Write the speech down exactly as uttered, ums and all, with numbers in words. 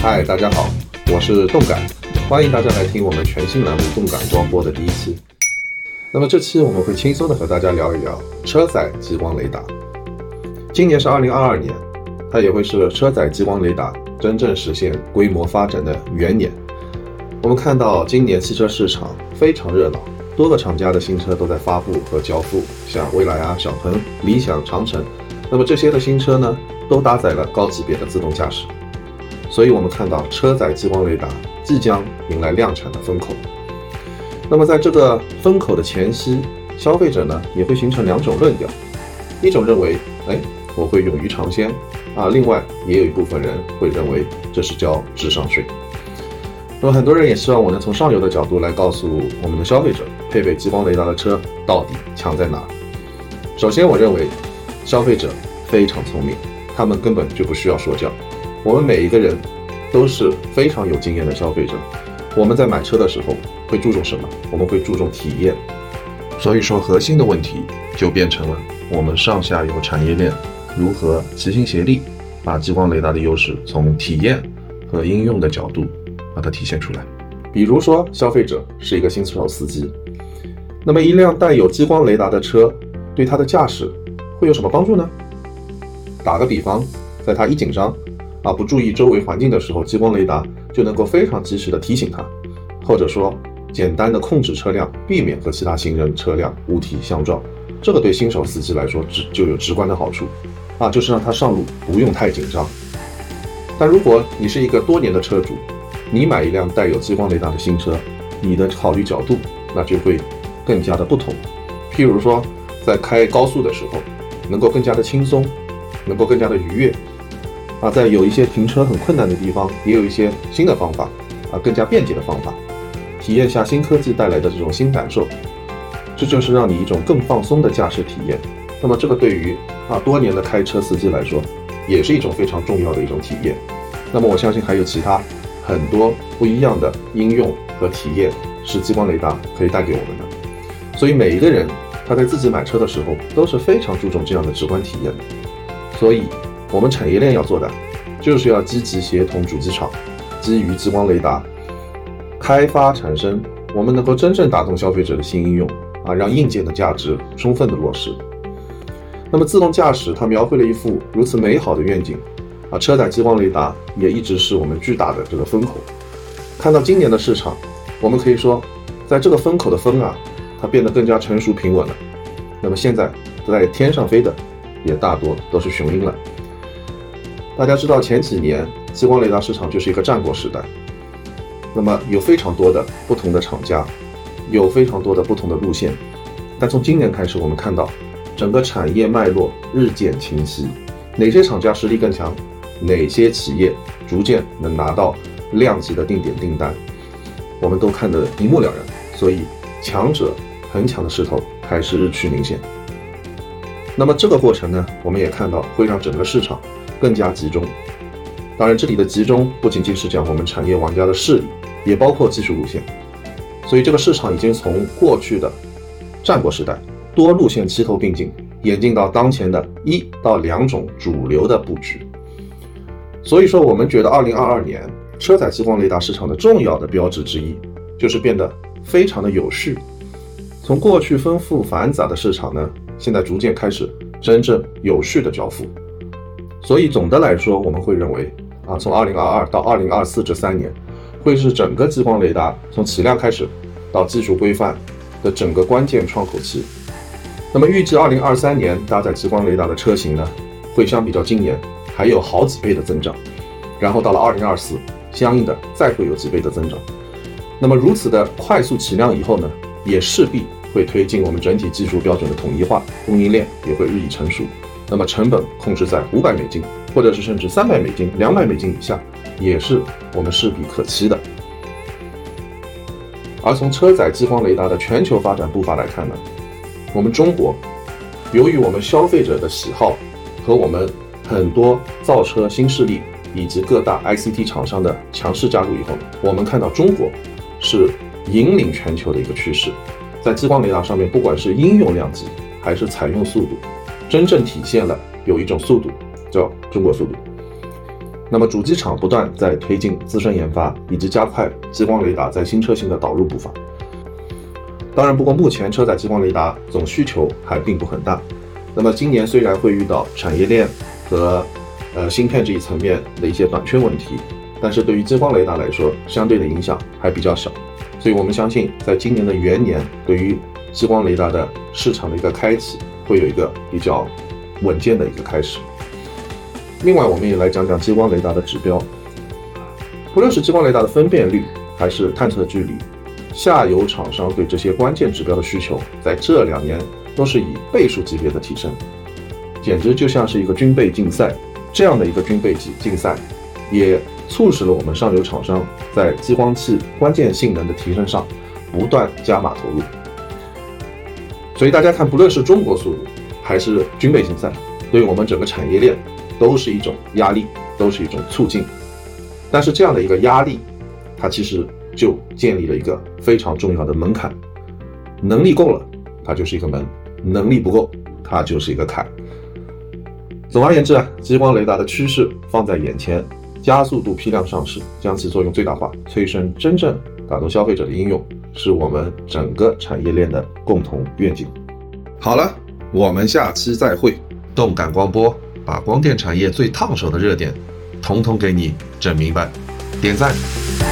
嗨，大家好，我是动感，欢迎大家来听我们全新栏目动感光波的第一期。那么这期我们会轻松的和大家聊一聊车载激光雷达。今年是二零二二年，它也会是车载激光雷达真正实现规模发展的元年。我们看到今年汽车市场非常热闹，多个厂家的新车都在发布和交付，像蔚来啊、小鹏、理想、长城。那么这些的新车呢，都搭载了高级别的自动驾驶。所以我们看到车载激光雷达即将迎来量产的风口。那么在这个风口的前夕，消费者呢也会形成两种论调，一种认为，哎，我会勇于尝鲜啊，另外也有一部分人会认为这是交智商税。那么很多人也希望我能从上游的角度来告诉我们的消费者，配备激光雷达的车到底强在哪儿。首先我认为消费者非常聪明，他们根本就不需要说教。我们每一个人都是非常有经验的消费者，我们在买车的时候会注重什么？我们会注重体验。所以说核心的问题就变成了我们上下游产业链如何齐心协力，把激光雷达的优势从体验和应用的角度把它体现出来。比如说消费者是一个新手司机，那么一辆带有激光雷达的车对他的驾驶会有什么帮助呢？打个比方，在他一紧张啊，不注意周围环境的时候，激光雷达就能够非常及时的提醒他，或者说简单的控制车辆，避免和其他行人车辆物体相撞。这个对新手司机来说就有直观的好处啊，就是让他上路不用太紧张。但如果你是一个多年的车主，你买一辆带有激光雷达的新车，你的考虑角度那就会更加的不同。譬如说在开高速的时候能够更加的轻松，能够更加的愉悦啊，在有一些停车很困难的地方，也有一些新的方法啊，更加便捷的方法，体验下新科技带来的这种新感受，这就是让你一种更放松的驾驶体验。那么这个对于啊多年的开车司机来说，也是一种非常重要的一种体验。那么我相信还有其他很多不一样的应用和体验是激光雷达可以带给我们的。所以每一个人他在自己买车的时候都是非常注重这样的直观体验的。所以我们产业链要做的就是要积极协同主机厂，基于激光雷达开发产生我们能够真正打动消费者的新应用啊，让硬件的价值充分的落实。那么自动驾驶它描绘了一幅如此美好的愿景啊，车载激光雷达也一直是我们巨大的这个风口。看到今年的市场，我们可以说在这个风口的风啊，它变得更加成熟平稳了。那么现在在天上飞的也大多都是雄鹰了。大家知道前几年激光雷达市场就是一个战国时代，那么有非常多的不同的厂家，有非常多的不同的路线。但从今年开始，我们看到整个产业脉络日渐清晰，哪些厂家实力更强，哪些企业逐渐能拿到量级的定点订单，我们都看得一目了然。所以强者恒强的势头开始日趋明显。那么这个过程呢，我们也看到会让整个市场更加集中。当然这里的集中不仅仅是讲我们产业玩家的势力，也包括技术路线。所以这个市场已经从过去的战国时代多路线齐头并进，演进到当前的一到两种主流的布局。所以说我们觉得二零二二年车载激光雷达市场的重要的标志之一就是变得非常的有序。从过去丰富繁杂的市场呢，现在逐渐开始真正有序的交付。所以总的来说，我们会认为啊，从二零二二到二零二四这三年会是整个激光雷达从起量开始到技术规范的整个关键窗口期。那么预计二零二三年搭载激光雷达的车型呢，会相比较今年还有好几倍的增长，然后到了二零二四相应的再会有几倍的增长。那么如此的快速起量以后呢，也势必会推进我们整体技术标准的统一化，供应链也会日益成熟。那么成本控制在五百美金，或者是甚至三百美金、两百美金以下，也是我们势必可期的。而从车载激光雷达的全球发展步伐来看呢，我们中国由于我们消费者的喜好和我们很多造车新势力以及各大 I C T 厂商的强势加入以后，我们看到中国是引领全球的一个趋势。在激光雷达上面，不管是应用量级还是采用速度，真正体现了有一种速度叫中国速度。 那么主机厂不断在推进自身研发，以及加快激光雷达在新车型的导入步伐。当然，不过目前车载激光雷达总需求还并不很大。那么今年虽然会遇到产业链和呃芯片这一层面的一些短缺问题，但是对于激光雷达来说，相对的影响还比较小。所以我们相信，在今年的元年，对于激光雷达的市场的一个开启，会有一个比较稳健的一个开始。另外，我们也来讲讲激光雷达的指标。不论是激光雷达的分辨率，还是探测距离，下游厂商对这些关键指标的需求，在这两年都是以倍数级别的提升，简直就像是一个军备竞赛。这样的一个军备竞赛，也促使了我们上游厂商在激光器关键性能的提升上不断加码投入。所以大家看，不论是中国速度，还是军备竞赛，对于我们整个产业链都是一种压力，都是一种促进。但是这样的一个压力，它其实就建立了一个非常重要的门槛，能力够了，它就是一个门；能力不够，它就是一个坎。总而言之啊，激光雷达的趋势放在眼前，加速度批量上市，将其作用最大化，催生真正打动消费者的应用，是我们整个产业链的共同愿景。好了，我们下期再会。动感光波把光电产业最烫手的热点统统给你整明白，点赞。